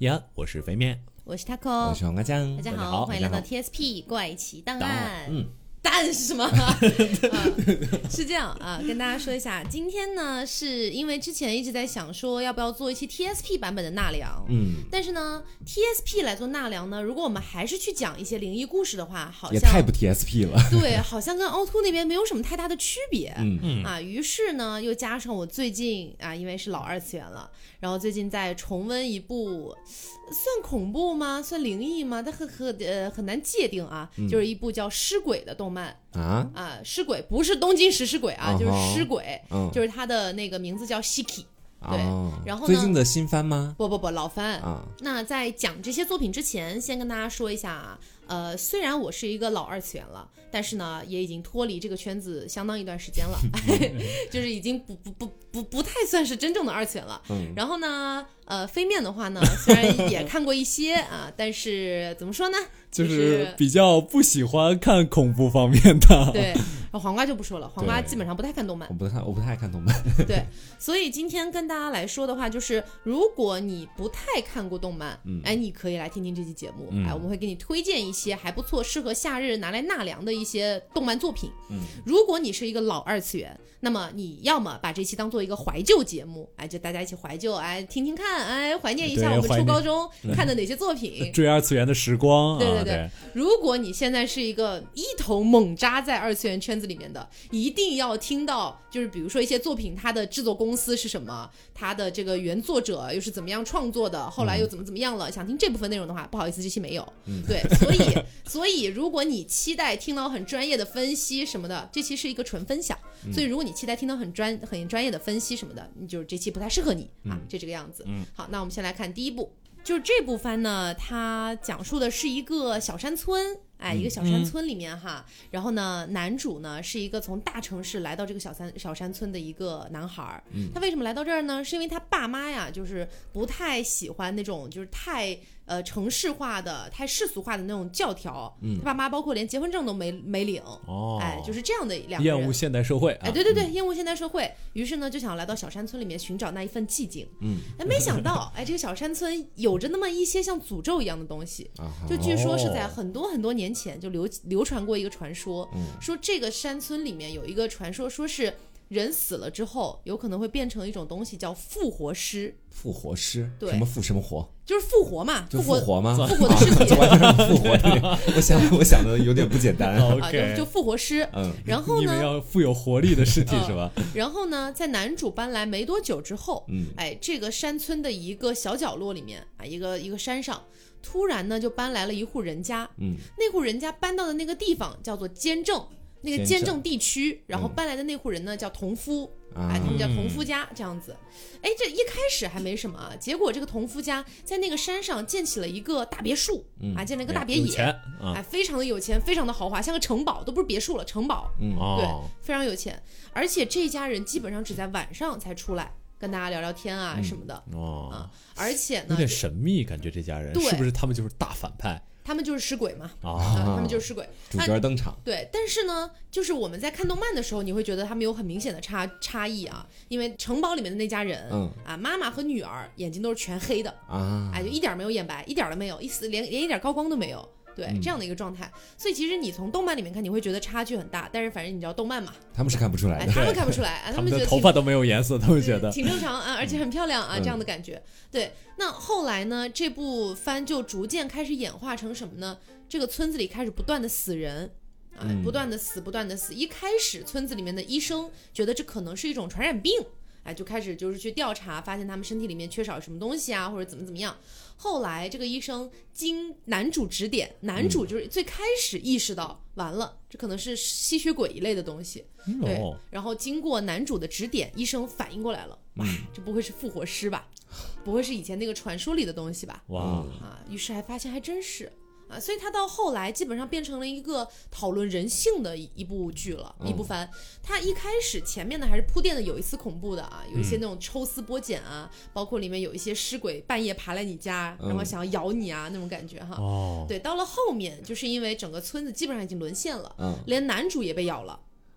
呀，我是肥面， 我是 Taco， 我是黄瓜酱。 大家好，欢迎来到 TSP 怪奇档案。蛋是什么？是这样啊，跟大家说一下，今天呢是因为之前一直在想说要不要做一期 TSP 版本的纳凉，但是呢 TSP 来做纳凉呢，如果我们还是去讲一些灵异故事的话，好像也太不 TSP 了。 对，好像跟凹凸那边没有什么太大的区别。于是呢又加上我最近啊，因为是老二次元了，然后最近在重温一部算恐怖吗？算灵异吗？但很难界定啊，就是一部叫《尸鬼》的动漫尸鬼不是东京食尸鬼啊，就是尸鬼，就是它的那个名字叫 Shiki。对，然后呢？ 最近的新番吗？ 不，老番啊。那在讲这些作品之前，先跟大家说一下啊，虽然我是一个老二次元了，但是呢，也已经脱离这个圈子相当一段时间了，就是已经不太算是真正的二次元了。然后呢，飞面的话呢，虽然也看过一些啊，但是怎么说呢？ 就是比较不喜欢看恐怖方面的。 对，黄瓜就不说了，黄瓜基本上不太看动漫。 我不太看动漫。 对，所以今天跟大家来说的话，就是如果你不太看过动漫，你可以来听听这期节目，我们会给你推荐一些还不错、适合夏日拿来纳凉的一些动漫作品。如果你是一个老二次元，那么你要么把这期当做一个怀旧节目，就大家一起怀旧，听听看，怀念一下我们初高中看的哪些作品， 追二次元的时光。 对。如果你现在是一个一头猛扎在二次元圈子里面的，一定要听到，就是比如说一些作品，它的制作公司是什么，它的这个原作者又是怎么样创作的，后来又怎么样了。想听这部分内容的话，不好意思，这期没有。对，所以如果你期待听到很专业的分析什么的，这期是一个纯分享。所以如果你期待听到很专业的分析什么的，你就是这期不太适合你就这个样子。好，那我们先来看第一部。就是这部番呢，它讲述的是一个小山村，一个小山村里面然后呢，男主呢是一个从大城市来到这个小山村的一个男孩。他为什么来到这儿呢？是因为他爸妈呀，就是不太喜欢那种就是太城市化的、太世俗化的那种教条。他爸妈包括连结婚证都没领。就是这样的两个人。 厌恶现代社会。 对，厌恶现代社会。于是呢，就想来到小山村里面寻找那一份寂静。没想到，这个小山村有着那么一些像诅咒一样的东西。就据说是在很多很多年前就流传过一个传说，说这个山村里面有一个传说，说是人死了之后有可能会变成一种东西叫复活尸。 复活尸？ 对， 什么复什么活？ 就是复活嘛， 就复活吗？ 复活的尸体。 复活，我想的有点不简单。 就复活尸。然后呢， 你们要富有活力的尸体是吧？ 然后呢，在男主搬来没多久之后，这个山村的一个小角落里面一个山上，突然呢就搬来了一户人家。那户人家搬到的那个地方叫做监正，那个监正地区，然后搬来的那户人呢叫童夫。他们叫童夫家这样子。这一开始还没什么结果这个童夫家在那个山上建起了一个大别墅。建了一个大别野。非常的有钱，非常的豪华，像个城堡，都不是别墅了，城堡。对，非常有钱。而且这家人基本上只在晚上才出来跟大家聊聊天什么的。而且呢有点神秘感觉，这家人是不是他们就是大反派？ 他们就是尸鬼嘛。他们就是尸鬼， 主角登场。 对，但是呢，就是我们在看动漫的时候，你会觉得他们有很明显的差异因为城堡里面的那家人，妈妈和女儿眼睛都是全黑的就一点没有眼白，一点都没有，连一点高光都没有。对，这样的一个状态。所以其实你从动漫里面看，你会觉得差距很大，但是反正你知道动漫嘛， 他们是看不出来的。 他们看不出来他们的头发都没有颜色，他们觉得挺正常而且很漂亮这样的感觉。对，那后来呢，这部番就逐渐开始演化成什么呢？这个村子里开始不断的死人不断的死。一开始村子里面的医生觉得这可能是一种传染病，就开始就是去调查，发现他们身体里面缺少什么东西或者怎么样。后来这个医生经男主指点，男主就是最开始意识到完了这可能是吸血鬼一类的东西。对，然后经过男主的指点，医生反应过来了，这不会是复活尸吧？不会是以前那个传说里的东西吧？于是还发现还真是。所以他到后来基本上变成了一个讨论人性的一部剧了，一部番。他一开始前面呢还是铺垫的有一丝恐怖的有一些那种抽丝剥茧包括里面有一些尸鬼半夜爬来你家，然后想要咬你那种感觉哦， 对，到了后面就是因为整个村子基本上已经沦陷了，连男主也被咬了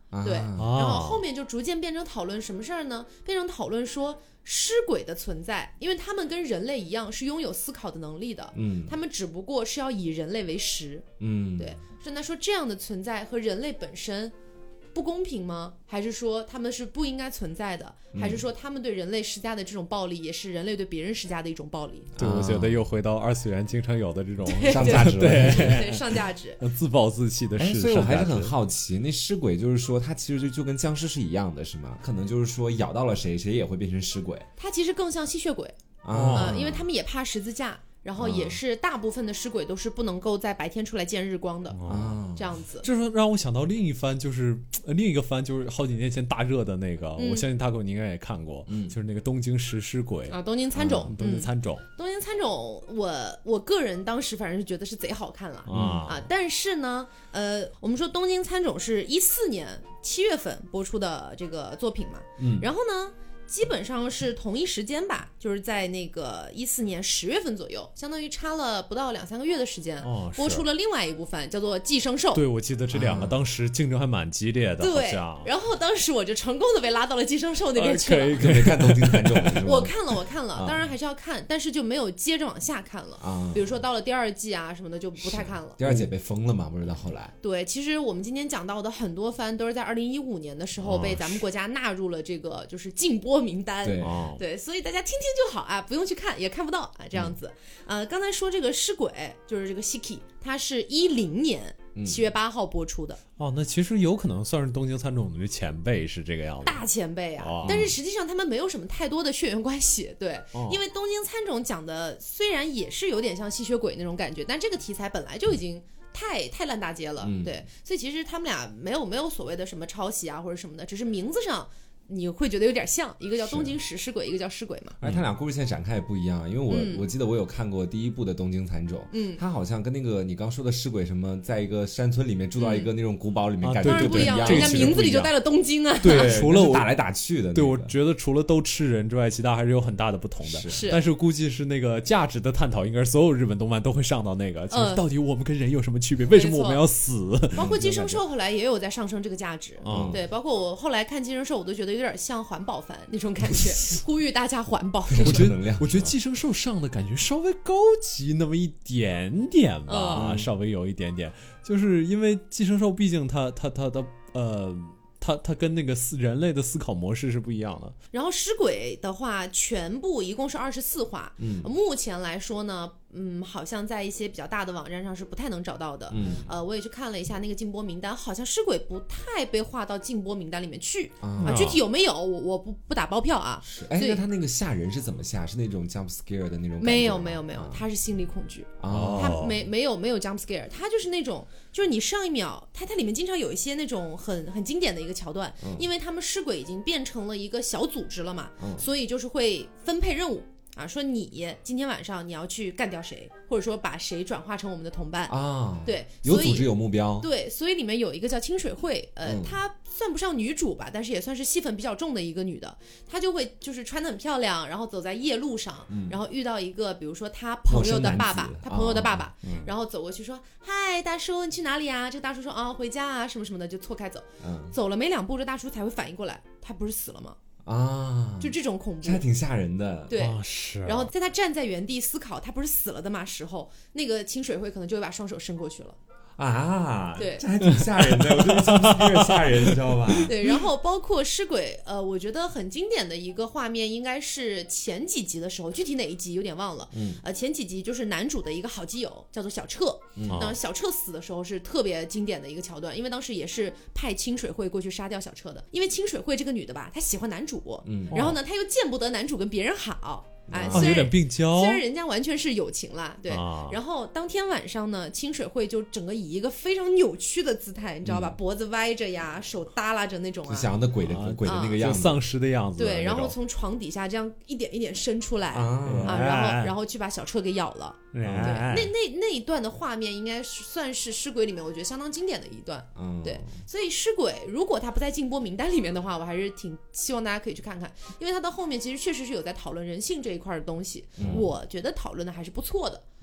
对， 啊然后后面就逐渐变成讨论什么事儿呢？变成讨论说尸鬼的存在，因为他们跟人类一样是拥有思考的能力的，他们只不过是要以人类为食，对，所以他说这样的存在和人类本身不公平吗？还是说他们是不应该存在的？还是说他们对人类施加的这种暴力也是人类对别人施加的一种暴力？ 对，我觉得又回到二次元经常有的这种上价值， 对，上价值， 自暴自弃的事。 所以我还是很好奇，那尸鬼就是说它其实就跟僵尸是一样的，是吗？可能就是说咬到了谁，谁也会变成尸鬼。 它其实更像吸血鬼因为他们也怕十字架。然后也是大部分的尸鬼都是不能够在白天出来见日光的这样子。 这让我想到另一番，就是另一个番，就是好几年前大热的那个，我相信大狗你应该也看过，就是那个东京食尸鬼东京参种， 东京参种， 东京参种，我个人当时反正是觉得是贼好看了但是呢，我们说东京参种是14年7月份播出的这个作品嘛，然后呢。基本上是同一时间吧，就是在那个14年10月份左右，相当于差了不到2-3个月的时间，播出了另外一部番叫做《寄生兽》。 对，我记得这两个当时竞争还蛮激烈的， 对。然后当时我就成功的被拉到了《寄生兽》那边去了。 可以看东京参种我看了，当然还是要看，但是就没有接着往下看了。比如说到了第2季啊什么的就不太看了。 第2季被封了嘛，不是到后来。 对，其实我们今天讲到的很多番都是在2015年的时候被咱们国家纳入了这个就是禁播名单。对，所以大家听听就好啊，不用去看，也看不到啊，这样子。刚才说这个尸鬼就是这个 Shiki， 它是10年7月8号播出的。 那其实有可能算是东京参种的前辈，是这个样子， 大前辈啊。但是实际上他们没有什么太多的血缘关系，对，因为东京参种讲的虽然也是有点像吸血鬼那种感觉，但这个题材本来就已经太烂大街了，对，所以其实他们俩没有所谓的什么抄袭啊或者什么的，只是名字上。你会觉得有点像，一个叫东京食尸鬼，一个叫尸鬼嘛。 而他俩故事线展开也不一样，因为我记得我有看过第1部的东京参种，他好像跟那个你刚说的尸鬼什么，在一个山村里面住到一个那种古堡里面，感觉就不一样，人家名字里就带了东京啊。 对，除了打来打去的， 对，我觉得除了都吃人之外，其他还是有很大的不同的。 是， 但是估计是那个价值的探讨，应该是所有日本动漫都会上到那个，其实到底我们跟人有什么区别？为什么我们要死？ 包括寄生兽后来也有在上升这个价值，对，包括我后来看寄生兽，我都觉得有点像环保番那种感觉，呼吁大家环保。 我觉得寄生兽上的感觉稍微高级那么一点点吧，稍微有一点点，就是因为寄生兽毕竟它跟那个人类的思考模式是不一样的。 然后尸鬼的话，全部一共是24话，目前来说呢，好像在一些比较大的网站上是不太能找到的。我也去看了一下那个禁播名单，好像尸鬼不太被划到禁播名单里面去具体有没有我不打包票啊。 那他那个吓人是怎么吓？是那种 jump scare 的那种感觉？ 没有，他是心理恐惧他没有 jump scare， 他就是那种就是你上一秒它里面经常有一些那种很经典的一个桥段，因为他们尸鬼已经变成了一个小组织了嘛，所以就是会分配任务说你今天晚上你要去干掉谁，或者说把谁转化成我们的同伴对， 有组织有目标。 对，所以里面有一个叫清水惠，她算不上女主吧，但是也算是戏份比较重的一个女的，她就会就是穿得很漂亮，然后走在夜路上，然后遇到一个比如说她朋友的爸爸，然后走过去说嗨大叔你去哪里啊？这个大叔说回家啊什么什么的，就错开走，走了没2步这大叔才会反应过来他不是死了吗？就这种恐怖， 这还挺吓人的。 对， 是。 然后在他站在原地思考他不是死了的嘛时候，那个清水会可能就会把双手伸过去了。 对，这还挺吓人的，我觉得有点吓人，你知道吧？ 对，然后包括尸鬼，我觉得很经典的一个画面应该是前几集的时候，具体哪一集有点忘了。前几集就是男主的一个好基友叫做小彻，小彻死的时候是特别经典的一个桥段，因为当时也是派清水会过去杀掉小彻的，因为清水会这个女的吧，她喜欢男主，然后呢，她又见不得男主跟别人好。 有点病娇， 虽然人家完全是友情啦，对。然后当天晚上呢，清水会就整个以一个非常扭曲的姿态，你知道吧，脖子歪着呀，手耷拉着那种想要的鬼的那个样子， 丧尸的样子。 对，然后从床底下这样一点一点伸出来然后去把小彻给咬了。对，那一段的画面应该算是尸鬼里面我觉得相当经典的一段。对，所以尸鬼如果他不在禁播名单里面的话，我还是挺希望大家可以去看看，因为他到后面其实确实是有在讨论人性这一块的东西，我觉得讨论的还是不错的。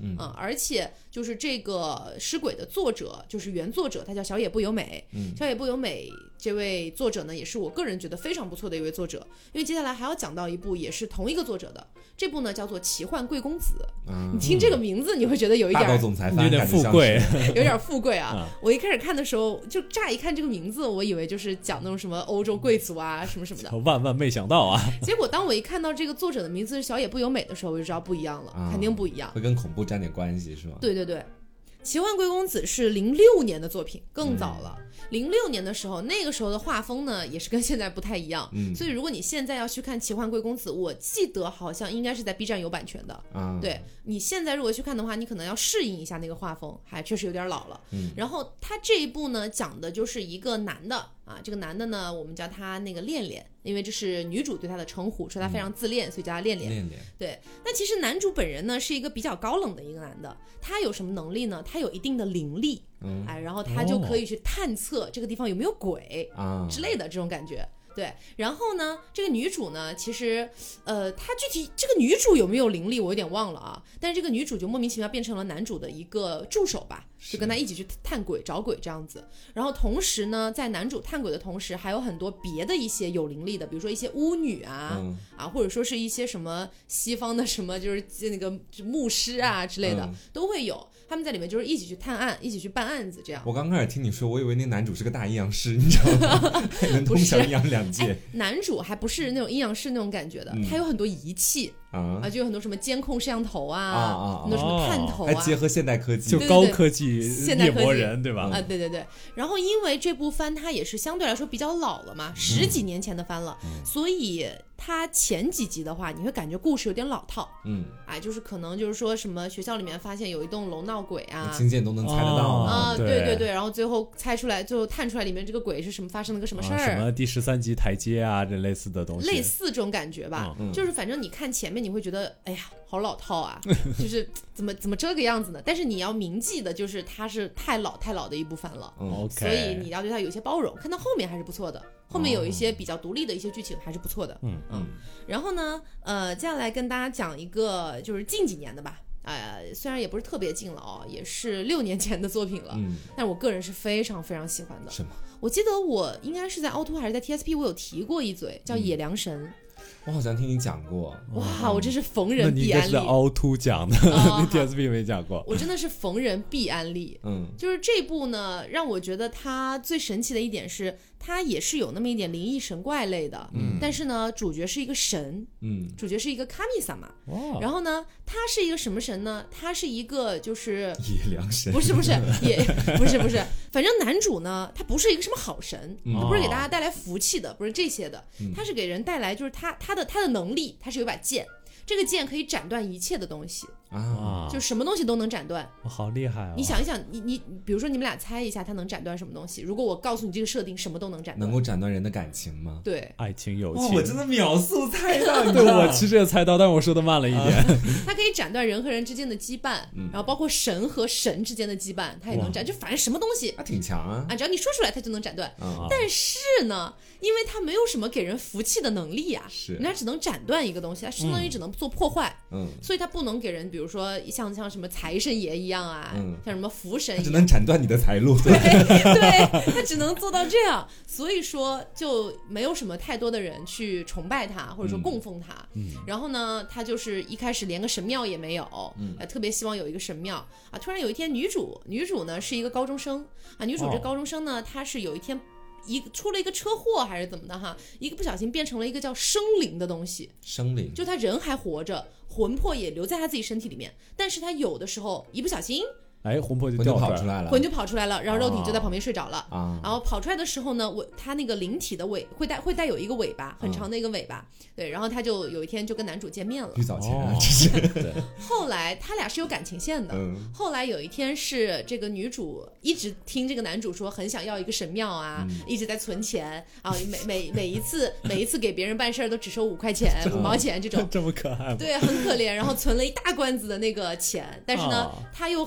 而且就是这个尸鬼的作者，就是原作者，他叫小野不由美。小野不由美这位作者呢，也是我个人觉得非常不错的一位作者，因为接下来还要讲到一部也是同一个作者的，这部呢叫做《奇幻贵公子》。你听这个名字，你会觉得有一点霸道总裁番， 有点富贵， 有点富贵啊！我一开始看的时候，就乍一看这个名字，我以为就是讲那种什么欧洲贵族啊，什么什么的。 万万没想到啊！ 结果当我一看到这个作者的名字是小野不由美的时候，我就知道不一样了，肯定不一样， 会跟恐怖沾点关系是吗？ 对对对。奇幻贵公子是06年的作品，更早了。06年的时候，那个时候的画风呢，也是跟现在不太一样。所以如果你现在要去看奇幻贵公子，我记得好像应该是在 B 站有版权的。对，你现在如果去看的话，你可能要适应一下那个画风，还确实有点老了。然后他这一部呢，讲的就是一个男的啊，这个男的呢，我们叫他那个恋恋，因为这是女主对他的称呼，说他非常自恋，所以叫他恋恋。恋恋。对，那其实男主本人呢是一个比较高冷的一个男的，他有什么能力呢？他有一定的灵力，然后他就可以去探测这个地方有没有鬼之类的这种感觉。对，然后呢，这个女主呢，其实，她具体这个女主有没有灵力，我有点忘了啊。但是这个女主就莫名其妙变成了男主的一个助手吧，就跟他一起去探鬼、找鬼这样子。然后同时呢，在男主探鬼的同时，还有很多别的一些有灵力的，比如说一些巫女啊，或者说是一些什么西方的什么就是那个牧师啊之类的，都会有。他们在里面就是一起去探案，一起去办案子，这样。 我刚开始听你说，我以为那男主是个大阴阳师，你知道吗？能通晓阴阳两界。 男主还不是那种阴阳师那种感觉的，他有很多仪器就有很多什么监控摄像头很多什么探头还结合现代科技， 就高科技现代猎魔人，对吧？ 对对对。然后因为这部番它也是相对来说比较老了嘛，10几年前的番了，所以它前几集的话，你会感觉故事有点老套，就是可能就是说什么学校里面发现有一栋楼闹鬼啊， 亲眼都能猜得到对对对，然后最后猜出来，最后探出来里面这个鬼是什么，发生了个什么事儿， 什么第13级台阶啊，这类似的东西， 类似这种感觉吧，就是反正你看前面你会觉得，哎呀，好老套啊，就是怎么这个样子呢？但是你要铭记的就是它是太老的一部分了，所以你要对它有一些包容，看到后面还是不错的。后面有一些比较独立的一些剧情还是不错的，然后呢，接下来跟大家讲一个就是近几年的吧，虽然也不是特别近了也是6年前的作品了，但我个人是非常非常喜欢的。 什么？ 我记得我应该是在凹凸还是在 TSP 我有提过一嘴，叫野良神。 我好像听你讲过。 哇，我这是逢人必安利。 那你应该是在凹凸讲的，你 TSP 没讲过。 我真的是逢人必安利。就是这部呢，让我觉得它最神奇的一点是，它也是有那么一点灵异神怪类的，但是呢，主角是一个神，主角是一个卡米萨玛。然后呢，他是一个什么神呢？他是一个就是野良神， 不是也不是，反正男主呢，他不是一个什么好神，他不是给大家带来福气的，不是这些的，他是给人带来就是他的能力，他是有把剑。这个剑可以斩断一切的东西就什么东西都能斩断， 好厉害哦！ 你想一想，你比如说你们俩猜一下，它能斩断什么东西？如果我告诉你这个设定，什么都能斩断， 能够斩断人的感情吗？ 对， 爱情、友情。 我真的秒速猜到， 对，我其实也猜到，但我说的慢了一点。 它可以斩断人和人之间的羁绊，然后包括神和神之间的羁绊，它也能斩，就反正什么东西， 它挺强啊！ 只要你说出来，它就能斩断。但是呢，因为它没有什么给人福气的能力啊，人家只能斩断一个东西，它相当于只能做破坏，所以它不能给人，比如说像什么财神爷一样啊，像什么福神一样， 它只能斩断你的财路。 对，它只能做到这样，所以说就没有什么太多的人去崇拜它，或者说供奉它。然后呢，他就是一开始连个神庙也没有，特别希望有一个神庙啊。突然有一天，女主呢是一个高中生啊，女主这高中生呢，她是有一天出了一个车祸还是怎么的哈，一个不小心变成了一个叫生灵的东西。 生灵就他人还活着，魂魄也留在他自己身体里面，但是他有的时候一不小心魂魄就跑出来了， 魂就跑出来了，然后肉体就在旁边睡着了然后跑出来的时候呢，他那个灵体的尾会带有一个尾巴，很长的一个尾巴对，然后他就有一天就跟男主见面了， 遇早前这是后来他俩是有感情线的后来有一天是这个女主一直听这个男主说很想要一个神庙啊一直在存钱啊，每一次给别人办事都只收5块钱5毛钱这种， 这么可爱吗？ 对，很可怜，然后存了一大罐子的那个钱，但是呢他又很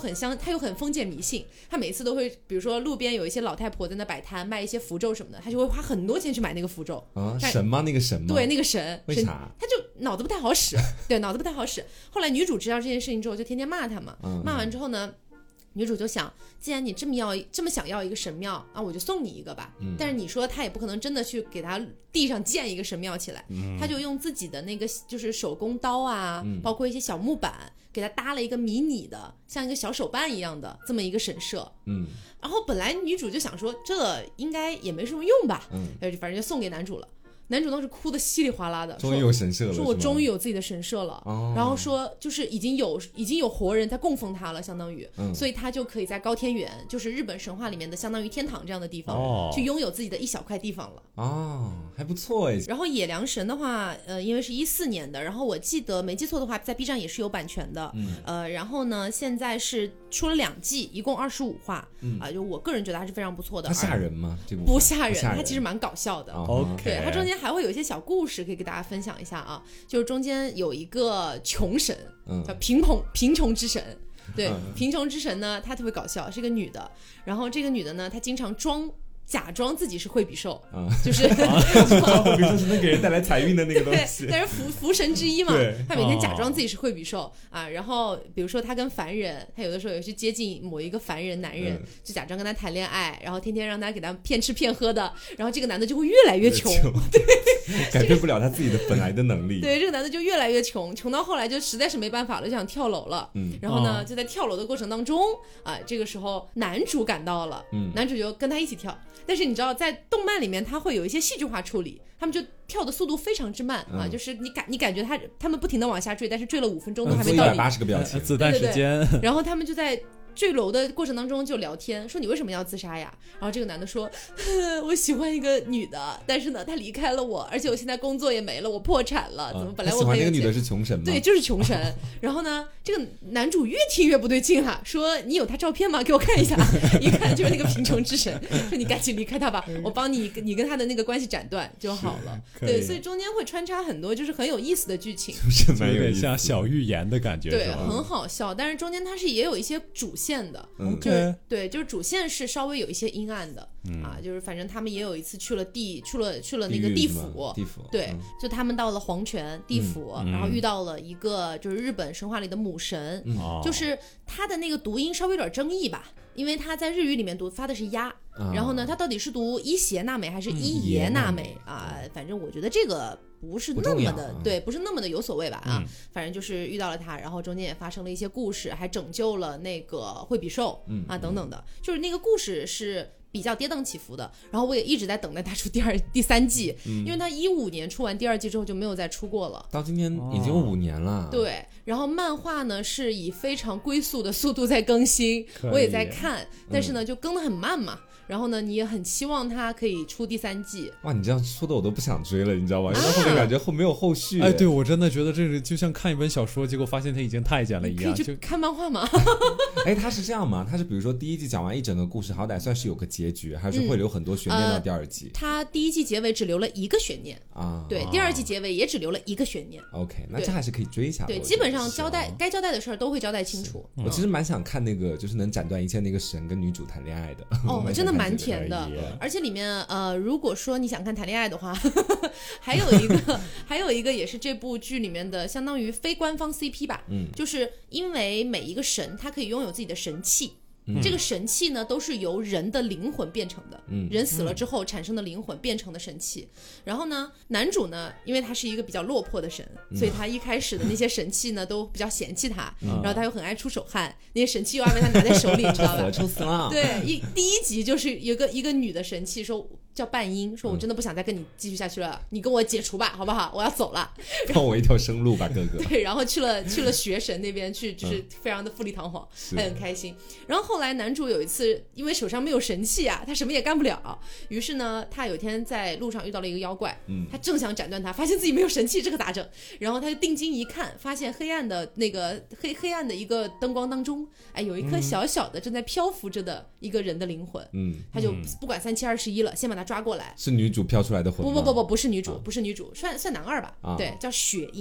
他又很封建迷信，他每次都会，比如说路边有一些老太婆在那摆摊卖一些符咒什么的，他就会花很多钱去买那个符咒啊。神吗？那个神吗？ 对，那个神。 为啥？ 他就脑子不太好使，对，脑子不太好使。后来女主知道这件事情之后，就天天骂他嘛。骂完之后呢，女主就想，既然你这么想要一个神庙啊，我就送你一个吧。但是你说他也不可能真的去给他地上建一个神庙起来，他就用自己的那个就是手工刀啊，包括一些小木板，给他搭了一个迷你的像一个小手办一样的这么一个神社。然后本来女主就想说这应该也没什么用吧，反正就送给男主了。男主当时哭得稀里哗啦的， 终于有神社了， 说我终于有自己的神社了，然后说就是已经有活人在供奉他了，相当于，所以他就可以在高天原，就是日本神话里面的相当于天堂这样的地方，去拥有自己的一小块地方了。 还不错哎。然后野良神的话，因为是14年的，然后我记得没记错的话，在 B 站也是有版权的，然后呢，现在是出了2季，一共25话，就我个人觉得还是非常不错的。 它吓人吗？这部不吓人，它其实蛮搞笑的。 OK， 对，它中间还会有一些小故事可以给大家分享一下啊，就是中间有一个穷神，叫贫穷之神。对，贫穷之神呢，她特别搞笑，是一个女的，然后这个女的呢，她经常假装自己是惠比寿，就是惠比寿是能给人带来财运的那个东西， 但是福神之一嘛，他每天假装自己是惠比寿啊，然后比如说他跟凡人，他有的时候也去接近某一个凡人男人，就假装跟他谈恋爱，然后天天让他给他骗吃骗喝的，然后这个男的就会越来越穷，对， 改变不了他自己的本来的能力， 对，这个男的就越来越穷到后来就实在是没办法了，就想跳楼了，然后呢就在跳楼的过程当中啊，这个时候男主赶到了，男主就跟他一起跳。但是你知道，在动漫里面，它会有一些戏剧化处理，他们就跳的速度非常之慢啊，就是你感觉他们不停的往下坠，但是坠了5分钟都还没到底 ，180个表情， 子弹时间， 然后他们就在坠楼的过程当中就聊天，说你为什么要自杀呀？然后这个男的说，我喜欢一个女的，但是呢，她离开了我，而且我现在工作也没了，我破产了，怎么本来我喜欢那个女的是穷神吗？ 对，就是穷神。然后呢，这个男主越听越不对劲哈，说你有他照片吗？给我看一下。一看就是那个贫穷之神，说你赶紧离开他吧，我帮你跟他的那个关系斩断就好了。对，所以中间会穿插很多就是很有意思的剧情， 就是有点像小寓言的感觉， 对，很好笑。但是中间它是也有一些主线的，对，就是主线是稍微有一些阴暗的啊，就是反正他们也有一次去了那个地府，对，就他们到了黄泉地府，然后遇到了一个就是日本神话里的母神，就是他的那个读音稍微有点争议吧，因为他在日语里面发的是鸭，然后呢，他到底是读伊邪那美还是伊邪那美啊？反正我觉得这个不是那么的，对，不是那么的有所谓吧啊。反正就是遇到了他，然后中间也发生了一些故事，还拯救了那个惠比寿啊等等的，就是那个故事是比较跌宕起伏的。然后我也一直在等待他出第3季，因为他15年出完第2季之后就没有再出过了， 到今年已经5年了。 对，然后漫画呢是以非常龟速的速度在更新，我也在看，但是呢就更得很慢嘛。然后呢，你也很期望它可以出第3季。 哇，你这样说的我都不想追了，你知道吗？因为后面感觉没有后续。 哎，对，我真的觉得这个就像看一本小说，结果发现它已经太监了一样。 可以去看漫画吗？ 哎，它是这样吗？它是比如说第1季讲完一整个故事，好歹算是有个结局，还是会留很多悬念到第2季？ 它第1季结尾只留了1个悬念啊，对，第2季结尾也只留了1个悬念。 OK， 那这还是可以追一下的。 对，基本上该交代的事儿都会交代清楚。 我其实蛮想看那个就是能斩断一切那个神跟女主谈恋爱的。 哦，真的蛮甜的。而且里面如果说你想看谈恋爱的话，还有一个也是这部剧里面的相当于非官方 CP 吧，就是因为每一个神他可以拥有自己的神器。这个神器呢都是由人的灵魂变成的，人死了之后产生的灵魂变成的神器。然后呢，男主呢，因为他是一个比较落魄的神，所以他一开始的那些神器呢都比较嫌弃他，然后他又很爱出手汗，那些神器又要被他拿在手里，知道吧？ 抽死了。 对，第一集就是有一个女的神器说。叫半音，说我真的不想再跟你继续下去了，你跟我解除吧，好不好？我要走了， 放我一条生路吧，哥哥。 对，然后去了学神那边去，就是非常的富丽堂皇，还很开心。然后后来男主有一次，因为手上没有神器啊，他什么也干不了，于是呢，他有一天在路上遇到了一个妖怪，他正想斩断他，发现自己没有神器，这可咋整？然后他就定睛一看，发现黑暗的那个黑暗的一个灯光当中，哎，有一颗小小的正在漂浮着的一个人的灵魂，他就不管3七21了，先把他抓过来。 是女主飘出来的魂吗？ 不是女主，不是女主，算男二吧，对，叫雪音。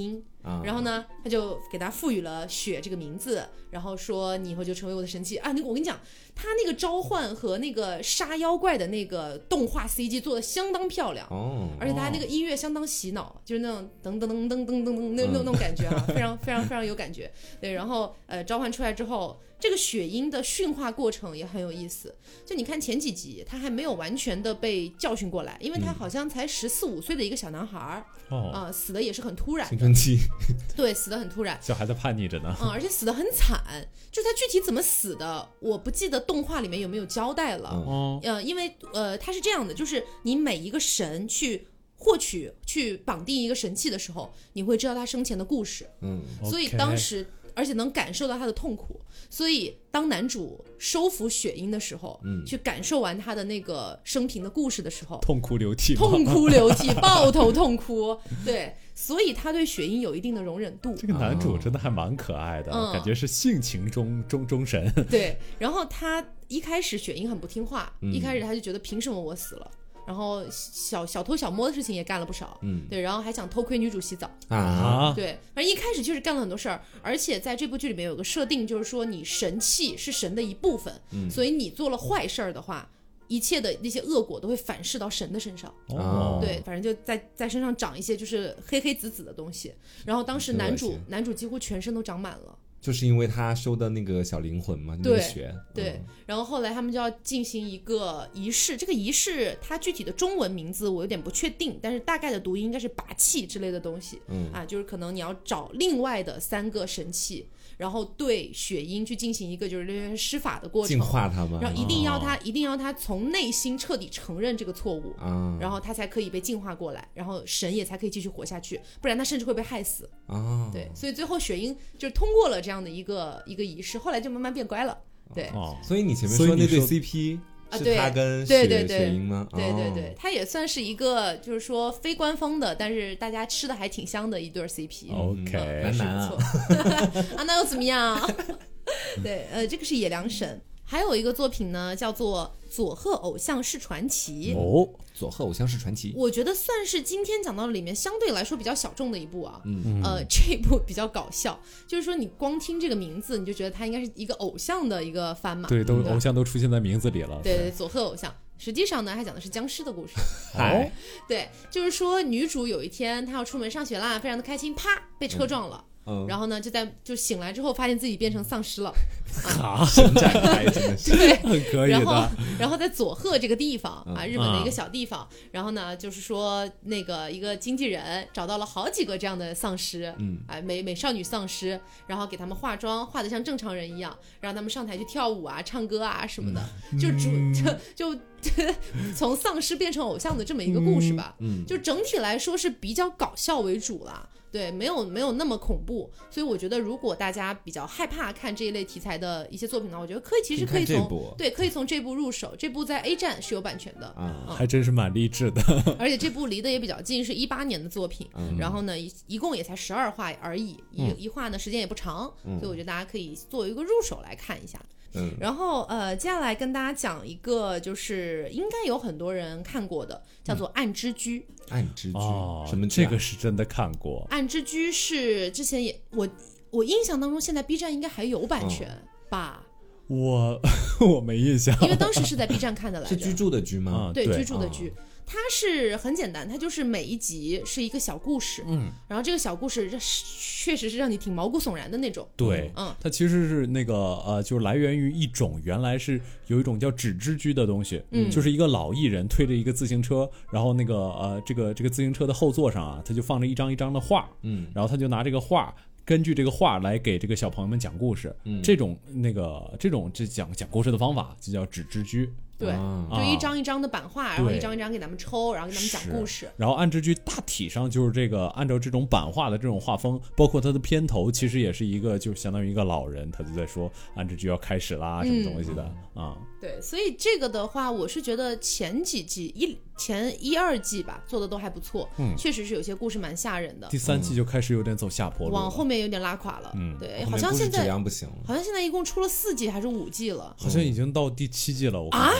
然后呢，他就给他赋予了雪这个名字，然后说你以后就成为我的神器啊。我跟你讲，他那个召唤和那个杀妖怪的那个动画 CG 做的相当漂亮而且他那个音乐相当洗脑，就是那种噔噔噔噔噔噔噔那种感觉非常非常非常有感觉。对，然后召唤出来之后，这个雪鹰的驯化过程也很有意思。就你看前几集，他还没有完全的被教训过来，因为他好像才14、15岁的一个小男孩死的也是很突然的， 青春期， 对，死的很突然， 小孩子叛逆着呢， 而且死的很惨。就他具体怎么死的，我不记得动画里面有没有交代了。因为他是这样的，就是你每一个神去获取、去绑定一个神器的时候，你会知道他生前的故事。所以当时。而且能感受到他的痛苦，所以当男主收服雪鹰的时候，去感受完他的那个生平的故事的时候， 痛哭流涕， 抱头痛哭。对，所以他对雪鹰有一定的容忍度。 这个男主真的还蛮可爱的，感觉是性情忠神。 对，然后他一开始雪鹰很不听话，一开始他就觉得凭什么我死了。然后小偷小摸的事情也干了不少，对，然后还想偷窥女主洗澡对，反正一开始确实干了很多事儿，而且在这部剧里面有个设定，就是说你神器是神的一部分，所以你做了坏事儿的话，一切的那些恶果都会反噬到神的身上。对，反正就在身上长一些就是黑黑紫紫的东西，然后当时男主几乎全身都长满了。 就是因为他收的那个小灵魂嘛，那个血。 对，然后后来他们就要进行一个仪式，这个仪式它具体的中文名字我有点不确定，但是大概的读音应该是拔气之类的东西。就是可能你要找另外的3个神器，然后对雪鹰去进行一个就是施法的过程， 净化他们， 然后一定要他从内心彻底承认这个错误，然后他才可以被净化过来，然后神也才可以继续活下去，不然他甚至会被害死。对，所以最后雪鹰就是通过了这样的一个仪式，后来就慢慢变乖了。对， 所以你前面说那对 CP 是他跟雪鹰吗？ 对，他也算是一个就是说非官方的，但是大家吃的还挺香的一对 CP。 OK， 男啊， 那又怎么样？对，这个是野良神。还有一个作品呢，叫做《佐贺偶像式传奇》。 佐贺偶像式传奇， 我觉得算是今天讲到的里面相对来说比较小众的一部啊。这部比较搞笑，就是说你光听这个名字，你就觉得它应该是一个偶像的一个番嘛。 对，偶像都出现在名字里了。 对，佐贺偶像。实际上呢，还讲的是僵尸的故事。对，就是说女主有一天她要出门上学啦，非常的开心，啪被车撞了。然后呢，就醒来之后，发现自己变成丧尸了。 神展开真的是对， 很可以的。 然后在佐贺这个地方日本的一个小地方，然后呢，就是说那个一个经纪人找到了好几个这样的丧尸，美少女丧尸，然后给他们化妆，化得像正常人一样，让他们上台去跳舞啊、唱歌啊什么的，就从丧尸变成偶像的这么一个故事吧。就整体来说是比较搞笑为主啦。对，没有那么恐怖，所以我觉得如果大家比较害怕看这一类题材的一些作品呢，我觉得其实可以从这部入手，这部在 A 站是有版权的还真是蛮励志的。 而且这部离得也比较近，是18年的作品，然后呢一共也才12话而已，一话呢时间也不长，所以我觉得大家可以作为一个入手来看一下。然后接下来跟大家讲一个就是应该有很多人看过的，叫做《暗之居》。 暗之居什么？ 这个是真的看过。 暗之居是之前也我印象当中，现在 B 站应该还有版权吧？ 我没印象， 因为当时是在 B 站看的来着。 是居住的居吗？ 对，居住的居。它是很简单，它就是每一集是一个小故事，然后这个小故事确实是让你挺毛骨悚然的那种。 对，它其实是那个就是来源于一种原来是有一种叫纸之居的东西，就是一个老艺人推着一个自行车，然后那个这个自行车的后座上啊，他就放着一张一张的画，然后他就拿这个画。根据这个画来给这个小朋友们讲故事，这种讲故事的方法就叫纸之居。 对，就一张一张的版画，然后一张一张给他们抽，然后给他们讲故事。 然后暗之居大体上就是这个按照这种版画的这种画风，包括它的片头其实也是一个就相当于一个老人，他就在说暗之居要开始啦什么东西的对，所以这个的话，我是觉得前几季前1、2季吧做的都还不错，确实是有些故事蛮吓人的。 第3季就开始有点走下坡路了， 往后面有点拉垮了。对，好像现在质量不行了， 好像现在一共出了4季还是5季了， 好像已经到第7季了。我看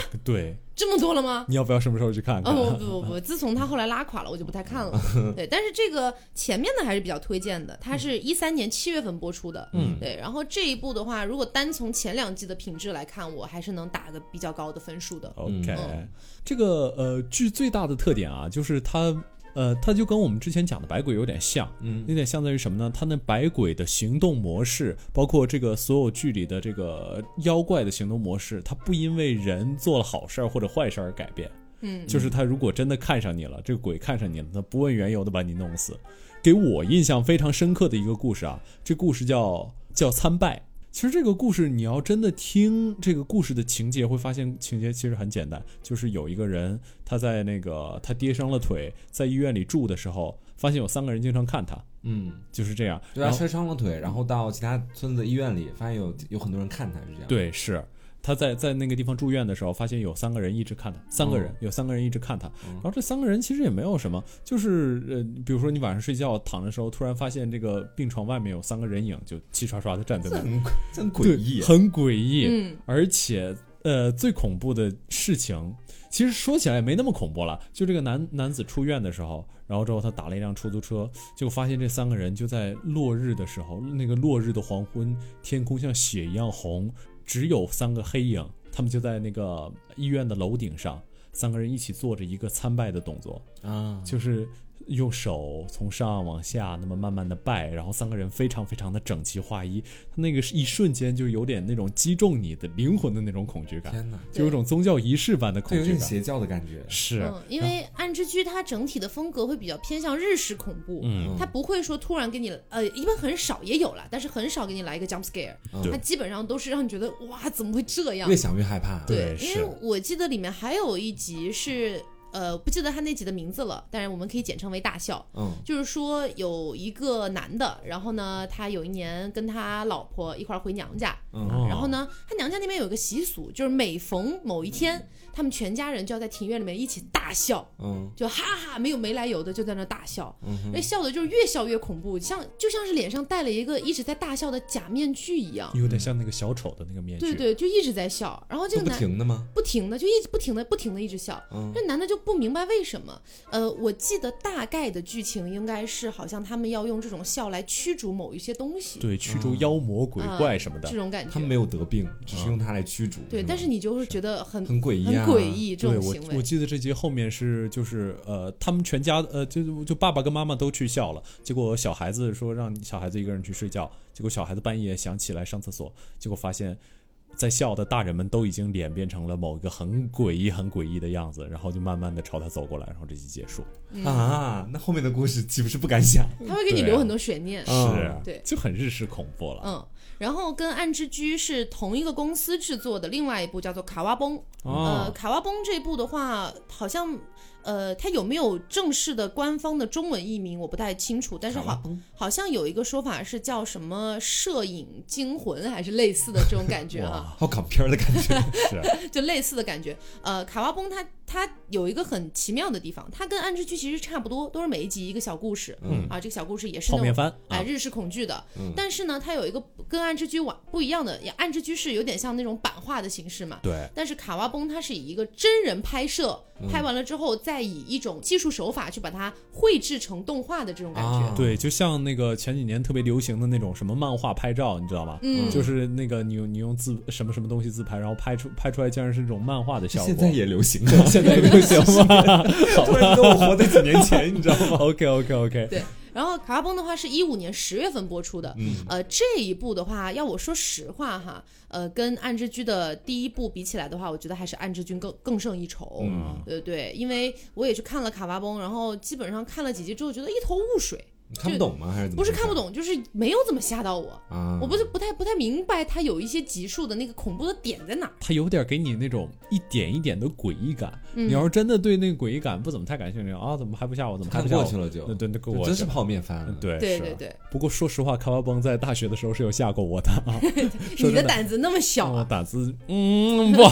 对， 这么多了吗？ 你要不要什么时候去看看？ 不，自从他后来拉垮了，我就不太看了。对，但是这个前面的还是比较推荐的，它是13年7月份播出的。对，然后这一部的话，如果单从前2季的品质来看，我还是能打个比较高的分数的。 OK，这个剧最大的特点啊，就是它就跟我们之前讲的百鬼有点像，有点像在于什么呢？它那百鬼的行动模式，包括这个所有剧里的这个妖怪的行动模式，它不因为人做了好事或者坏事而改变。就是他如果真的看上你了，这个鬼看上你了，他不问缘由的把你弄死。给我印象非常深刻的一个故事啊，这故事叫参拜。其实这个故事你要真的听这个故事的情节，会发现情节其实很简单，就是有一个人他在他跌伤了腿，在医院里住的时候，发现有3个人经常看他，就是这样。 对，他摔伤了腿，然后到其他村子的医院里，发现有很多人看他，是这样。 对，是。他在那个地方住院的时候，发现有3个人一直看他，3个人有3个人一直看他，然后这3个人其实也没有什么，就是比如说你晚上睡觉躺的时候，突然发现这个病床外面有3个人影，就齐刷刷的站在那， 真诡异， 很诡异。而且最恐怖的事情，其实说起来也没那么恐怖了，就这个男子出院的时候，然后之后他打了一辆出租车，结果发现这3个人就在落日的时候，那个落日的黄昏，天空像血一样红。只有3个黑影，他们就在那个医院的楼顶上，3个人一起做着一个参拜的动作啊，就是用手从上往下那么慢慢的拜，然后3个人非常非常的整齐划一，那个一瞬间就有点那种击中你的灵魂的那种恐惧感。 天哪， 就有种宗教仪式般的恐惧感， 有点邪教的感觉。 是， 因为暗之居它整体的风格会比较偏向日式恐怖，它不会说突然给你一般很少也有了，但是很少给你来一个 jump scare，它基本上都是让你觉得哇怎么会这样， 越想越害怕。 对，因为我记得里面还有一集是不记得他那集的名字了，但是我们可以简称为大笑。就是说有一个男的，然后呢，他有一年跟他老婆一块回娘家，然后呢，他娘家那边有一个习俗，就是每逢某一天，他们全家人就要在庭院里面一起大笑，就哈哈没来由的就在那大笑，那笑的就是越笑越恐怖，就像是脸上戴了一个一直在大笑的假面具一样， 有点像那个小丑的那个面具。 对，就一直在笑，然后这个男不停的吗？ 不停的，就不停的一直笑，这男的就不明白为什么。我记得大概的剧情应该是，好像他们要用这种笑来驱逐某一些东西， 对，驱逐妖魔鬼怪什么的， 这种感觉。 他们没有得病，只是用它来驱逐。 对，但是你就会觉得很诡异啊， 很诡异这种行为。 我记得这集后面就是他们全家就爸爸跟妈妈都去笑了，结果小孩子说让小孩子一个人去睡觉，结果小孩子半夜想起来上厕所，结果发现在笑的大人们都已经脸变成了某一个很诡异的样子，然后就慢慢的朝他走过来，然后这集结束。 那后面的故事岂不是不敢想？ 他会给你留很多悬念。 是， 对， 就很日式恐怖了。 然后跟暗之居是同一个公司制作的另外一部叫做卡哇崩。卡哇崩这部的话好像它有没有正式的官方的中文译名我不太清楚，但是好像有一个说法是叫什么摄影惊魂还是类似的这种感觉啊， 好港片的感觉。 是就类似的感觉。卡哇崩它有一个很奇妙的地方，它跟暗之居其实差不多，都是每一集一个小故事。这个小故事也是那种日式恐惧的。但是呢，它有一个跟暗之居不一样的，暗之居是有点像那种版画的形式嘛。 对。 但是卡哇崩它是以一个真人拍摄，拍完了之后再以一种技术手法去把它绘制成动画的这种感觉。 对，就像那个前几年特别流行的那种什么漫画拍照，你知道吗？就是那个你用什么东西自拍，然后拍出来竟然是这种漫画的效果。 现在也流行， 现在也流行吗？ 突然跟我活在几年前，你知道吗 ？OK。 对。然后卡哇崩的话是15年10月份播出的。这一部的话，要我说实话哈，跟暗之居的第一部比起来的话，我觉得还是暗之居更胜一筹。对，因为我也去看了卡哇崩，然后基本上看了几集之后，觉得一头雾水。 看不懂吗？还是怎么？ 不是看不懂，就是没有怎么吓到我。我不太明白它有一些集数的那个恐怖的点在哪。 它有点给你那种一点一点的诡异感。你要是真的对那个诡异感不怎么太感兴趣啊，怎么还不吓我？怎么还不吓我？ 看过去了就。 对，过我真是泡面番。 对。 不过说实话，卡哇崩在大学的时候是有吓过我的啊。 你的胆子那么小啊？ 我胆子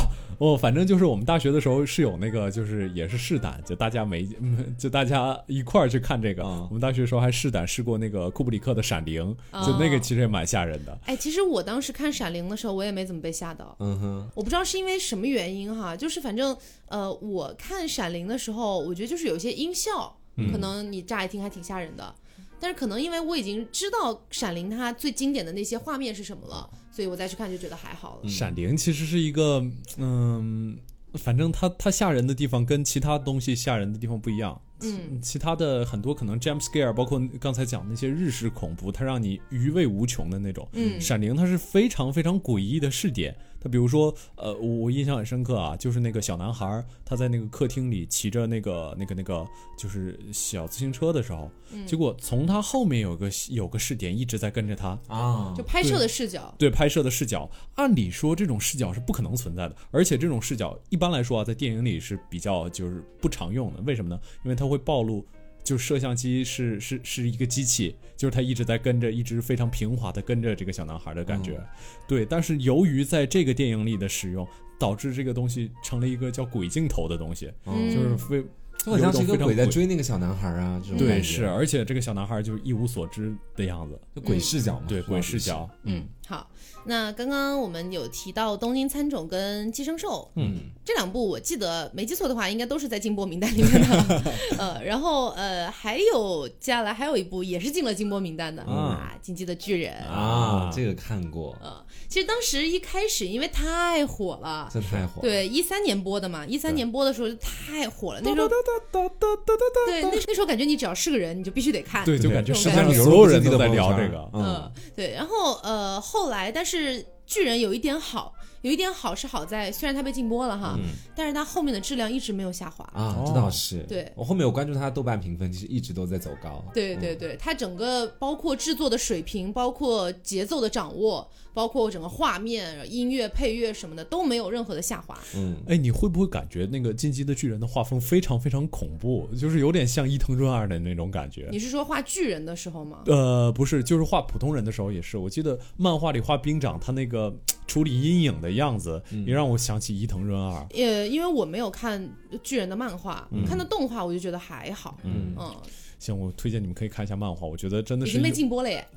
反正就是我们大学的时候是有那个，就是也是试胆，就大家一块儿去看这个。我们大学的时候还试过那个库布里克的《闪灵》，就那个其实也蛮吓人的。 哎，其实我当时看《闪灵》的时候，我也没怎么被吓到。我不知道是因为什么原因哈，就是反正我看《闪灵》的时候，我觉得就是有些音效，可能你乍一听还挺吓人的。但是可能因为我已经知道《闪灵》它最经典的那些画面是什么了，所以我再去看就觉得还好了。 闪灵其实是一个，反正它吓人的地方跟其他东西吓人的地方不一样。其他的很多可能 jump scare， 包括刚才讲那些日式恐怖，它让你余味无穷的那种。闪灵它是非常非常诡异的视点。他比如说，我印象很深刻啊，就是那个小男孩他在那个客厅里骑着那个就是小自行车的时候，结果从他后面有个视点一直在跟着他啊， 就拍摄的视角， 对拍摄的视角，按理说这种视角是不可能存在的，而且这种视角一般来说啊，在电影里是比较就是不常用的，为什么呢？因为它会暴露。就是摄像机是一个机器，就是它一直在跟着，一直非常平滑的跟着这个小男孩的感觉，对。但是由于在这个电影里的使用，导致这个东西成了一个叫鬼镜头的东西，就是就好像是一个鬼在追那个小男孩啊，这种对是，而且这个小男孩就是一无所知的样子， 就鬼视角嘛， 对鬼视角。 好，那刚刚我们有提到《东京喰种》跟《寄生兽》，这两部我记得没记错的话，应该都是在禁播名单里面的。然后还有接下来还有一部也是进了禁播名单的进击的巨人》 啊，这个看过。 其实当时一开始因为太火了， 真太火了。 对，13年播的嘛，13年播的时候就太火了，那时候对那时候感觉你只要是个人，你就必须得看， 对，就感觉世界上所有人都在聊这个， 对。然后后来，但是巨人有一点好是好在，虽然它被禁播了哈，但是它后面的质量一直没有下滑啊，这倒是。 对， 我后面有关注它的豆瓣评分，其实一直都在走高。 对对对，它整个包括制作的水平，包括节奏的掌握，包括整个画面、音乐、配乐什么的都没有任何的下滑。 哎，你会不会感觉那个《进击的巨人》的画风非常非常恐怖，就是有点像伊藤润二的那种感觉？ 你是说画巨人的时候吗？ 不是，就是画普通人的时候也是。我记得漫画里画兵长，他那个处理阴影的样子，也让我想起伊藤润二。 因为我没有看巨人的漫画，看到动画我就觉得还好。 行，我推荐你们可以看一下漫画，我觉得真的是已经被禁播了耶。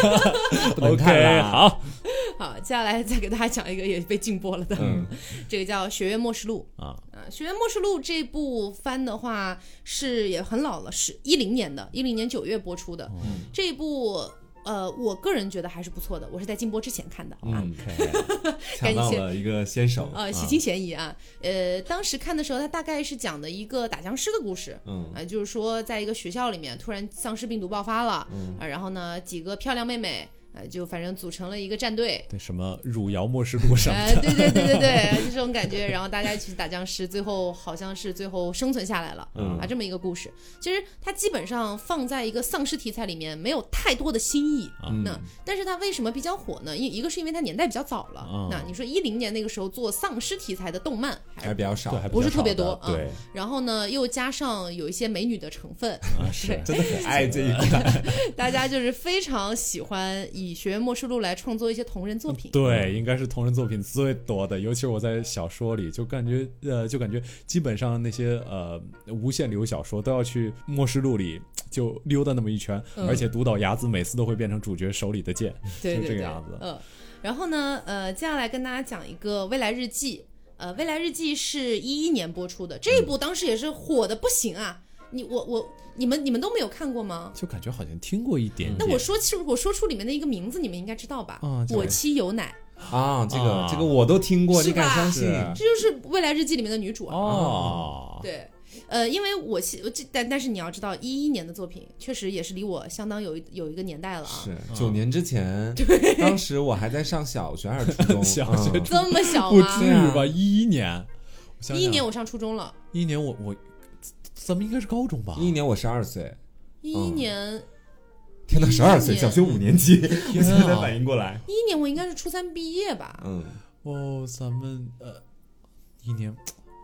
OK， 好， 接下来再给大家讲一个也被禁播了的，这个叫《雪月末世录》啊。《雪月末世录》这部番的话是也很老了，是10年的，10年9月播出的。这一部我个人觉得还是不错的，我是在禁播之前看的啊。 抢到了一个先手洗清嫌疑啊。当时看的时候，它大概是讲的一个打僵尸的故事，就是说在一个学校里面突然丧尸病毒爆发了，然后呢几个漂亮妹妹。就反正组成了一个战队， 对什么汝窑末世录什么的， 对，就这种感觉。然后大家一起打僵尸，最后好像是最后生存下来了，这么一个故事。其实它基本上放在一个丧尸题材里面，没有太多的新意。但是它为什么比较火呢？一个是因为它年代比较早了。那你说10年那个时候做丧尸题材的动漫还比较少， 不是特别多。 对， 然后呢，又加上有一些美女的成分， 是真的很爱这一块。 大家就是非常喜欢以《学院末世录》来创作一些同人作品。 对，应该是同人作品最多的，尤其是我在小说里就感觉基本上那些无限流小说都要去末世录里就溜达那么一圈，而且独岛雅子每次都会变成主角手里的剑， 对就这个样子。 然后呢，接下来跟大家讲一个《未来日记》。《未来日记》是11年播出的，这一部当时也是火的不行啊。你们都没有看过吗？ 就感觉好像听过一点点。 那我说出里面的一个名字，你们应该知道吧？我妻有奶啊，这个我都听过，你敢相信？ 这就是《未来日记》里面的女主啊。 对，因为但是你要知道，11年的作品确实也是离我相当有一个年代了啊。 是9年之前，当时我还在上小学还是初中？ 小学这么小吗？不至于吧？11年 ，11年我上初中了。 11年我咱们应该是高中吧 ？11年我12岁。 11年， 天哪，12岁，小学5年级，我现在才反应过来。 11年我应该是初3毕业吧？ 咱们1年，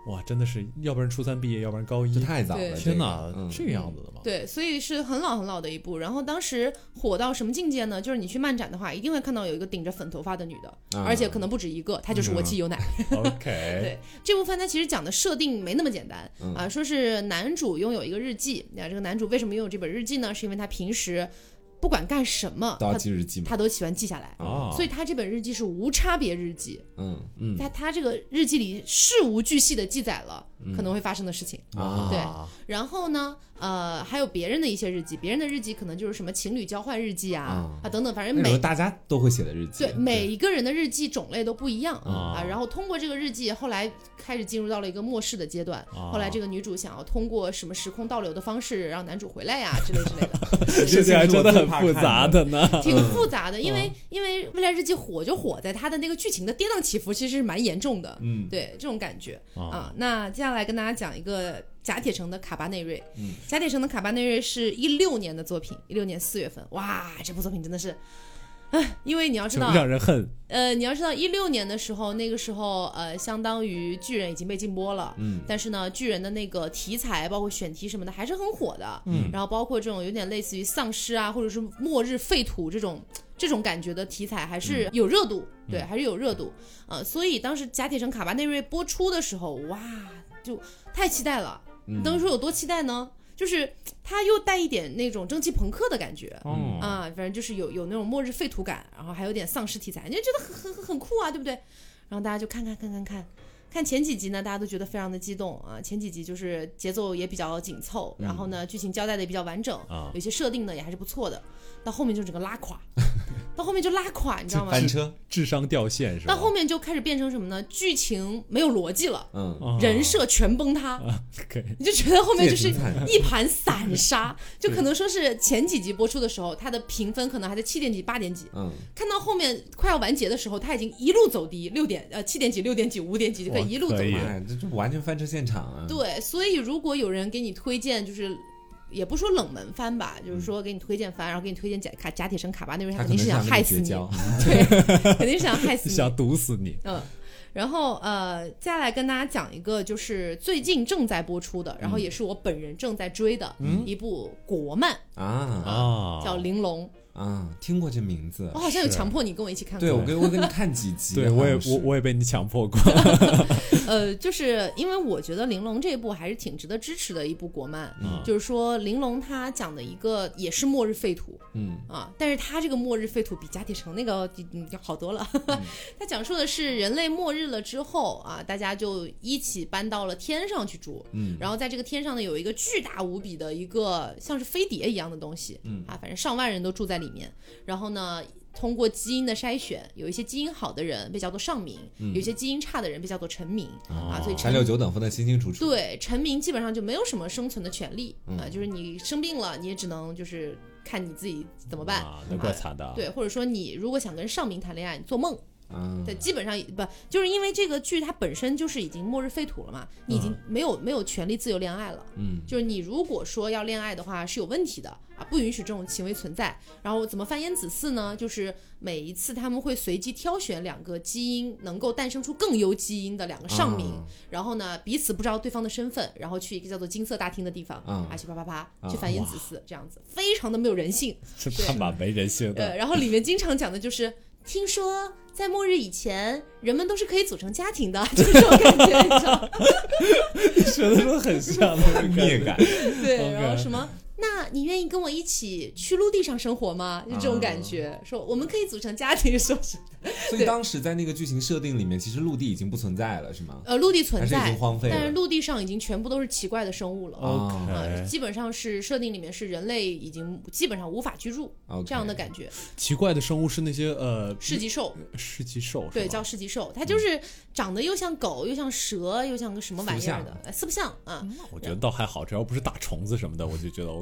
哇，真的是，要不然初3毕业，要不然高一， 这太早了。 天哪，这个样子的吗？ 对，所以是很老很老的一部。然后当时火到什么境界呢？就是你去漫展的话，一定会看到有一个顶着粉头发的女的，而且可能不止一个，她就是我妻有奶。 OK， 对，这部番它其实讲的设定没那么简单啊，说是男主拥有一个日记，这个男主为什么拥有这本日记呢？是因为他平时不管干什么都要记日记嘛， 他都喜欢记下来，所以他这本日记是无差别日记。他这个日记里事无巨细的记载了可能会发生的事情。对，然后呢，还有别人的一些日记，别人的日记可能就是什么情侣交换日记啊等等，反正大家都会写的日记。 对，每一个人的日记种类都不一样然后通过这个日记，后来开始进入到了一个末世的阶段。后来这个女主想要通过什么时空倒流的方式让男主回来呀之类的。 事情还真的很复杂的呢， 挺复杂的，因为未来日记火就火在它的那个剧情的跌宕起伏，其实是蛮严重的。对，这种感觉那接下来跟大家讲一个甲铁城的卡巴内瑞。甲铁城的卡巴内瑞是16年的作品，16年4月份。哇，这部作品真的是，因为你要知道， 让人恨。 你要知道16年的时候，那个时候相当于巨人已经被禁播了。但是呢，巨人的那个题材包括选题什么的还是很火的。然后包括这种有点类似于丧尸啊，或者是末日废土这种感觉的题材还是有热度。对，还是有热度。所以当时甲铁城卡巴内瑞播出的时候，哇，就太期待了。当时说有多期待呢？就是它又带一点那种蒸汽朋克的感觉。反正就是有那种末日废土感，然后还有点丧尸题材，你就觉得很酷啊，对不对？然后大家就看前几集呢，大家都觉得非常的激动啊。前几集就是节奏也比较紧凑，然后呢剧情交代的也比较完整，有些设定呢也还是不错的。到后面就整个拉垮，你知道吗？ 翻车， 智商掉线是吧？ 到后面就开始变成什么呢？剧情没有逻辑了，人设全崩塌，你就觉得后面就是一盘散沙。就可能说是前几集播出的时候，它的评分可能还在7点几、8点几，看到后面快要完结的时候，它已经一路走低，7点几、6点几、5点几就可以一路走低， 这完全翻车现场啊！ 对，所以如果有人给你推荐，就是也不说冷门番吧，就是说给你推荐番，然后给你推荐甲铁城卡巴内瑞，他肯定是想害死你，对，肯定是想害死你， 想毒死你。 然后接下来跟大家讲一个就是最近正在播出的，然后也是我本人正在追的一部国漫叫《玲珑》。 听过这名字， 我好像有强迫你跟我一起看过。 对，我跟你看几集。 对，我也被你强迫过。 就是因为我觉得《玲珑》这一部还是挺值得支持的一部国漫。就是说，《玲珑》它讲的一个也是末日废土，但是它这个末日废土比甲铁城那个好多了。它讲述的是人类末日了之后大家就一起搬到了天上去住。然后在这个天上呢，有一个巨大无比的一个像是飞碟一样的东西。反正上万人都住在里面。然后呢，通过基因的筛选，有一些基因好的人被叫做上民，有一些基因差的人被叫做臣民所以 3、6、9等分的清清楚楚。 对，臣民基本上就没有什么生存的权利就是你生病了，你也只能就是看你自己怎么办那怪惨的。 对，或者说你如果想跟上民谈恋爱，你做梦。对，基本上不就是因为这个剧它本身就是已经末日废土了嘛，你已经没有权利自由恋爱了。就是你如果说要恋爱的话是有问题的不允许这种行为存在。然后怎么繁衍子嗣呢？就是每一次他们会随机挑选2个基因能够诞生出更优基因的2个上民，然后呢彼此不知道对方的身份，然后去一个叫做金色大厅的地方去啪去繁衍子嗣，这样子非常的没有人性， 是他妈没人性的。 然后里面经常讲的就是听说在末日以前人们都是可以组成家庭的，就是这种感觉，你知道你说的都很像那种灭感。 对，然后什么那你愿意跟我一起去陆地上生活吗？就这种感觉，说我们可以组成家庭，说是。 所以当时在那个剧情设定里面，其实陆地已经不存在了，是吗？ 陆地存在， 还是已经荒废了， 但是陆地上已经全部都是奇怪的生物了。 基本上是设定里面是人类已经基本上无法居住这样的感觉。 奇怪的生物是那些市极兽，对，叫市极兽，它就是长得又像狗，又像蛇，又像个什么玩意儿的，四不像我觉得倒还好，只要不是打虫子什么的，我就觉得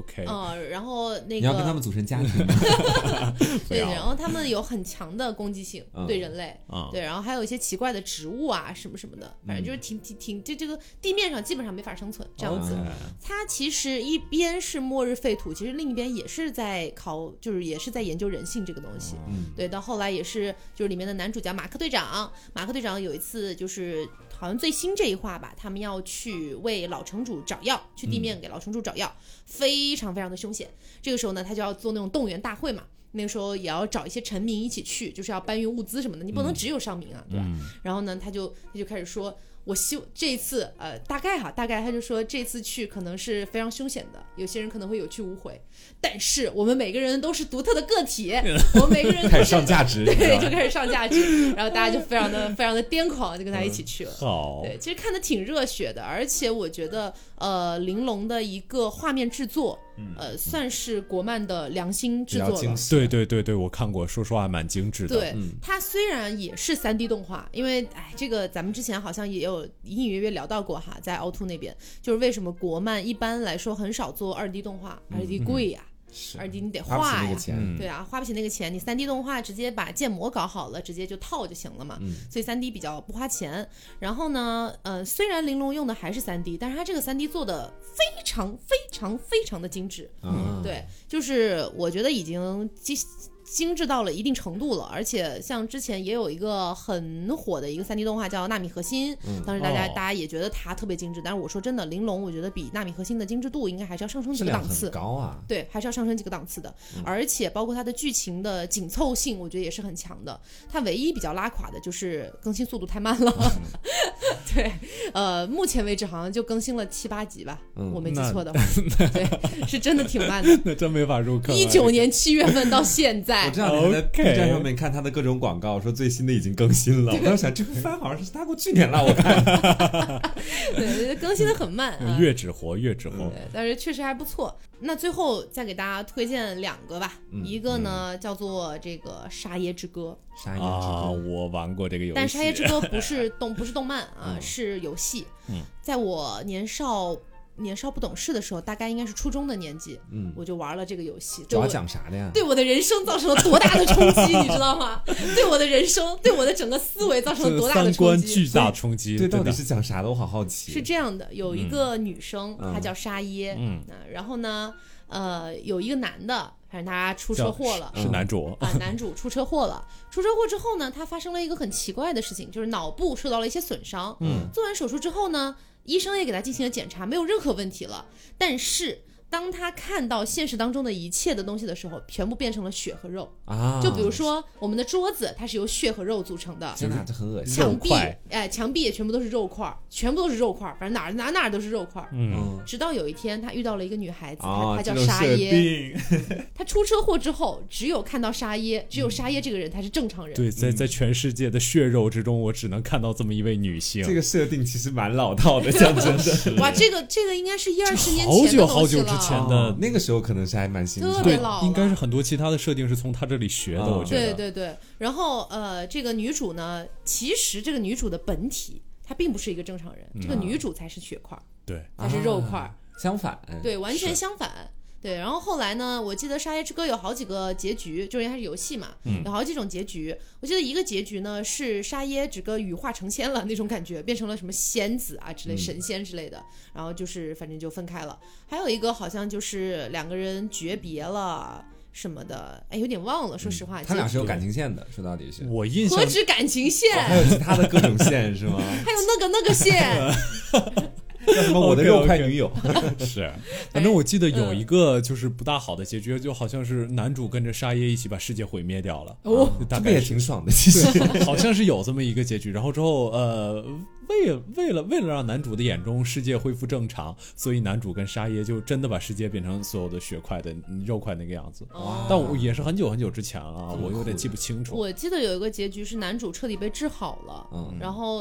OK， 然后那个你要跟他们组成家庭吗？ 对，然后他们有很强的攻击性，对人类，对，然后还有一些奇怪的植物啊什么什么的，反正就是挺这个地面上基本上没法生存这样子。它其实一边是末日废土，其实另一边也是在就是也是在研究人性这个东西。对，到后来也是就是里面的男主角马克队长有一次就是好像最新这一话吧，他们要去为老城主找药，去地面给老城主找药，非常非常的凶险。这个时候呢，他就要做那种动员大会嘛，那个时候也要找一些臣民一起去，就是要搬运物资什么的，你不能只有上民啊，对吧？然后呢，他就开始说，这一次大概他就说这次去可能是非常凶险的，有些人可能会有去无回，但是我们每个人都是独特的个体，我们每个人都是开始上价值， 对，就开始上价值，然后大家就非常的癫狂，就跟他一起去了。 好， 对，其实看得挺热血的，而且我觉得玲珑的一个画面制作，算是国漫的良心制作了。 对，我看过，说实话蛮精致的。 对，它虽然也是3D 动画，因为这个咱们之前好像也有隐隐约约聊到过哈，在凹凸那边，就是为什么国漫一般来说很少做2D 动画，2D 贵呀。2D 你得画呀，对啊，花不起那个钱，你3D 动画直接把建模搞好了，直接就套就行了嘛。所以3D 比较不花钱。然后呢，虽然玲珑用的还是3D，但是它这个3D 做的非常非常非常的精致。对，就是我觉得已经精致到了一定程度了，而且像之前也有一个很火的一个3D 动画叫《纳米核心》，当时大家也觉得它特别精致，但是我说真的，玲珑我觉得比《纳米核心》的精致度应该还是要上升几个档次， 质量很高啊， 对，还是要上升几个档次的，而且包括它的剧情的紧凑性，我觉得也是很强的。它唯一比较拉垮的就是更新速度太慢了，对，目前为止好像就更新了7、8集吧，我没记错的话，对，是真的挺慢的， 那真没法入坑。 19年7月份到现在。 我这两天在 B 站上面看他的各种广告，说最新的已经更新了。我当时想，这部番好像是他过去年了，我看。 对，更新的很慢， 越纸活。对， 但是确实还不错。那最后再给大家推荐2个吧，一个呢叫做这个《沙耶之歌》。 我玩过这个游戏， 但《沙耶之歌》不是动漫啊，是游戏。在我年少不懂事的时候，大概应该是初中的年纪，我就玩了这个游戏。 主要讲啥的呀？ 对我的人生造成了多大的冲击，你知道吗？对我的人生，对我的整个思维造成了多大的冲击？ 三观巨大冲击。 对，到底是讲啥的？我好好奇。 是这样的，有一个女生，她叫沙耶，然后呢，有一个男的，反正他出车祸了， 是男主啊，男主出车祸了。出车祸之后呢，他发生了一个很奇怪的事情，就是脑部受到了一些损伤。做完手术之后呢，医生也给他进行了检查，没有任何问题了。但是当他看到现实当中的一切的东西的时候，全部变成了血和肉啊！就比如说我们的桌子，它是由血和肉组成的， 真的，这很恶心。 墙壁也全部都是肉块，全部都是肉块，反正哪都是肉块。直到有一天，他遇到了一个女孩子，她叫沙耶。他出车祸之后，只有看到沙耶，只有沙耶这个人才是正常人。 对，在全世界的血肉之中，我只能看到这么一位女性。 这个设定其实蛮老套的，讲真的。 哇，这个应该是1-20年前的东西了。 前的那个时候可能是还蛮新的， 特别老， 应该是很多其他的设定是从他这里学的，我觉得。 对。然后这个女主呢，其实这个女主的本体她并不是一个正常人，这个女主才是血块， 对， 才是肉块， 相反， 对，完全相反。对，然后后来呢，我记得《沙耶之歌》有好几个结局，就是因为它是游戏嘛，有好几种结局。我记得一个结局呢是沙耶整个羽化成仙了那种感觉，变成了什么仙子啊之类、神仙之类的，然后就是反正就分开了。还有一个好像就是2个人诀别了什么的，有点忘了，说实话。 他俩是有感情线的，说到底是。 我印象何止感情线， 还有其他的各种线是吗？ 还有那个线。 叫什么我的肉块女友是，反正我记得有一个就是不大好的结局，就好像是男主跟着沙耶一起把世界毁灭掉了。大概也挺爽的，其实好像是有这么一个结局。然后之后为了让男主的眼中世界恢复正常，所以男主跟沙耶就真的把世界变成所有的血块的肉块那个样子。但我也是很久很久之前了，我有点记不清楚。 我记得有一个结局是男主彻底被治好了，然后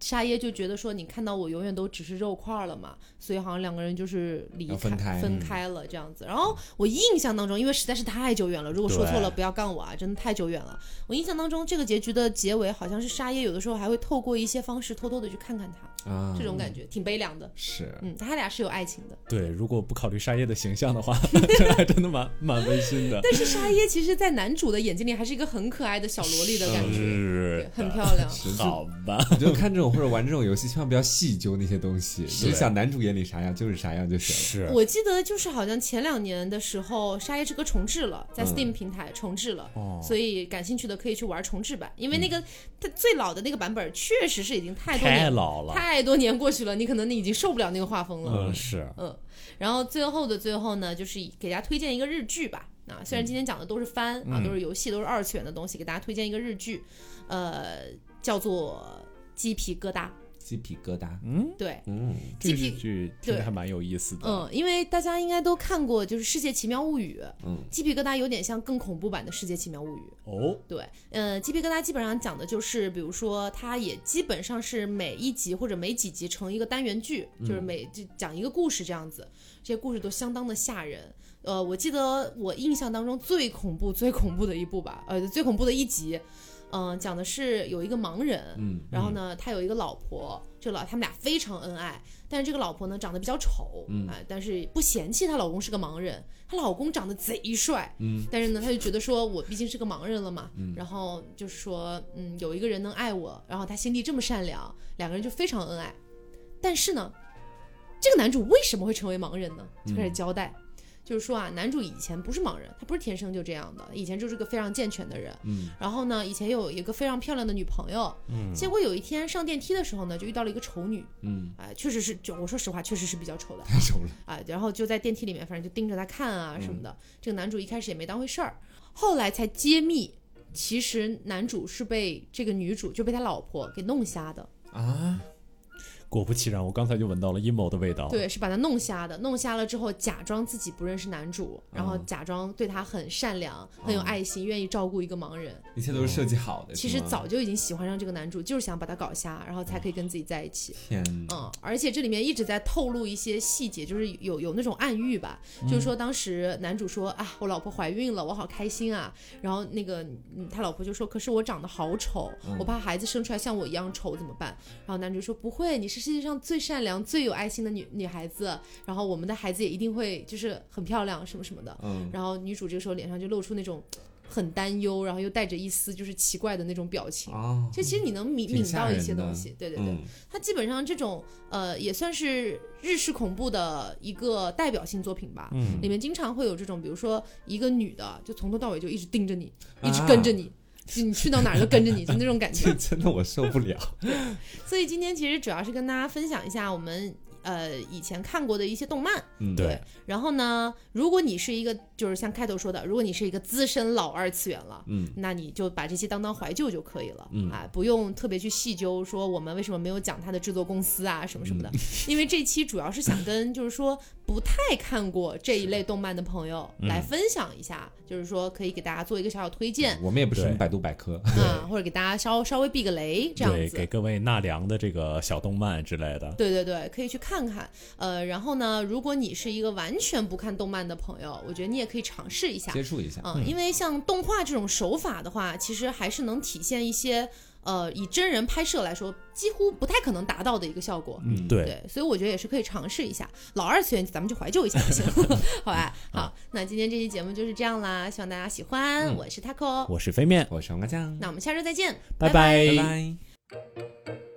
沙耶就觉得说你看到我永远都只是肉块了嘛，所以好像两个人就是分开了这样子。然后我印象当中，因为实在是太久远了，如果说错了不要杠我啊，真的太久远了。我印象当中这个结局的结尾好像是沙耶有的时候还会透过一些方式偷偷的去看看他，这种感觉挺悲凉的。 是， 他俩是有爱情的。 对，如果不考虑沙耶的形象的话，这还真的蛮温馨的。 但是沙耶其实在男主的眼睛里还是一个很可爱的小萝莉的感觉，很漂亮。 好吧， 我就看这种或者玩这种游戏，千万不要细究那些东西，你就想男主眼里啥样就是啥样就行了。 我记得就是好像前2年的时候，沙耶之歌重置了，在 Steam 平台重置了，所以感兴趣的可以去玩重置版，因为那个它最老的那个版本确实是已经太老了， 太多年过去了，你可能已经受不了那个画风了。 是， 然后最后呢，就是给大家推荐一个日剧吧。虽然今天讲的都是番都是游戏，都是2次元的东西，给大家推荐一个日剧，叫做鸡皮疙瘩。 鸡皮疙瘩， 对， 这个剧听着还蛮有意思的， 因为大家应该都看过，就是《世界奇妙物语》，鸡皮疙瘩有点像更恐怖版的《世界奇妙物语》 哦， 对，鸡皮疙瘩基本上讲的就是，比如说它也基本上是每一集或者每几集成一个单元剧，就是就讲一个故事这样子，这些故事都相当的吓人。我记得我印象当中最恐怖的一部吧，最恐怖的一集。讲的是有一个盲人，然后呢，他有一个老婆，他们俩非常恩爱，但是这个老婆呢长得比较丑，但是不嫌弃她老公是个盲人，她老公长得贼帅，但是呢，她就觉得说我毕竟是个盲人了嘛，然后就是说，有一个人能爱我，然后他心地这么善良，两个人就非常恩爱，但是呢，这个男主为什么会成为盲人呢？就开始交代。就是说啊，男主以前不是盲人，他不是天生就这样的，以前就是个非常健全的人。然后呢，以前有一个非常漂亮的女朋友。结果有一天上电梯的时候呢，就遇到了一个丑女。确实是，就我说实话，确实是比较丑的， 太丑了。 然后就在电梯里面，反正就盯着他看啊什么的。这个男主一开始也没当回事儿，后来才揭秘，其实男主是被这个女主就被他老婆给弄瞎的啊。 果不其然，我刚才就闻到了阴谋的味道。 对，是把他弄瞎的，弄瞎了之后假装自己不认识男主，然后假装对他很善良，很有爱心，愿意照顾一个盲人， 一切都是设计好的。 其实早就已经喜欢上这个男主，就是想把他搞瞎，然后才可以跟自己在一起。 天， 而且这里面一直在透露一些细节，就是有那种暗喻吧，就是说当时男主说啊，我老婆怀孕了，我好开心啊，然后那个他老婆就说，可是我长得好丑，我怕孩子生出来像我一样丑怎么办？然后男主说不会，你是世界上最善良最有爱心的女孩子，然后我们的孩子也一定会就是很漂亮什么什么的。然后女主这个时候脸上就露出那种很担忧，然后又带着一丝就是奇怪的那种表情。就其实你能抿到一些东西。对对对，它基本上这种也算是日式恐怖的一个代表性作品吧。里面经常会有这种，比如说一个女的就从头到尾就一直盯着你，一直跟着你。你去到哪儿都跟着你，就那种感觉。 真的我受不了。 所以今天其实主要是跟大家分享一下我们以前看过的一些动漫。对。然后呢，如果你是一个就是像开头说的，如果你是一个资深老2次元了，那你就把这些当怀旧就可以了。不用特别去细究说我们为什么没有讲它的制作公司啊什么什么的。因为这期主要是想跟就是说不太看过这一类动漫的朋友来分享一下，就是说可以给大家做一个小小推荐。 我们也不是百度百科或者给大家稍微避个雷这样子。 对，给各位纳凉的这个小动漫之类的。 对对对，可以去看看。然后呢，如果你是一个完全不看动漫的朋友，我觉得你也可以尝试一下， 接触一下。 因为像动画这种手法的话，其实还是能体现一些以真人拍摄来说几乎不太可能达到的一个效果。对，所以我觉得也是可以尝试一下。老2次元咱们就怀旧一下就行了。好吧，好，那今天这期节目就是这样啦，希望大家喜欢。我是 Taco， 我是飞面， 我是王麻酱， 那我们下周再见， 拜拜。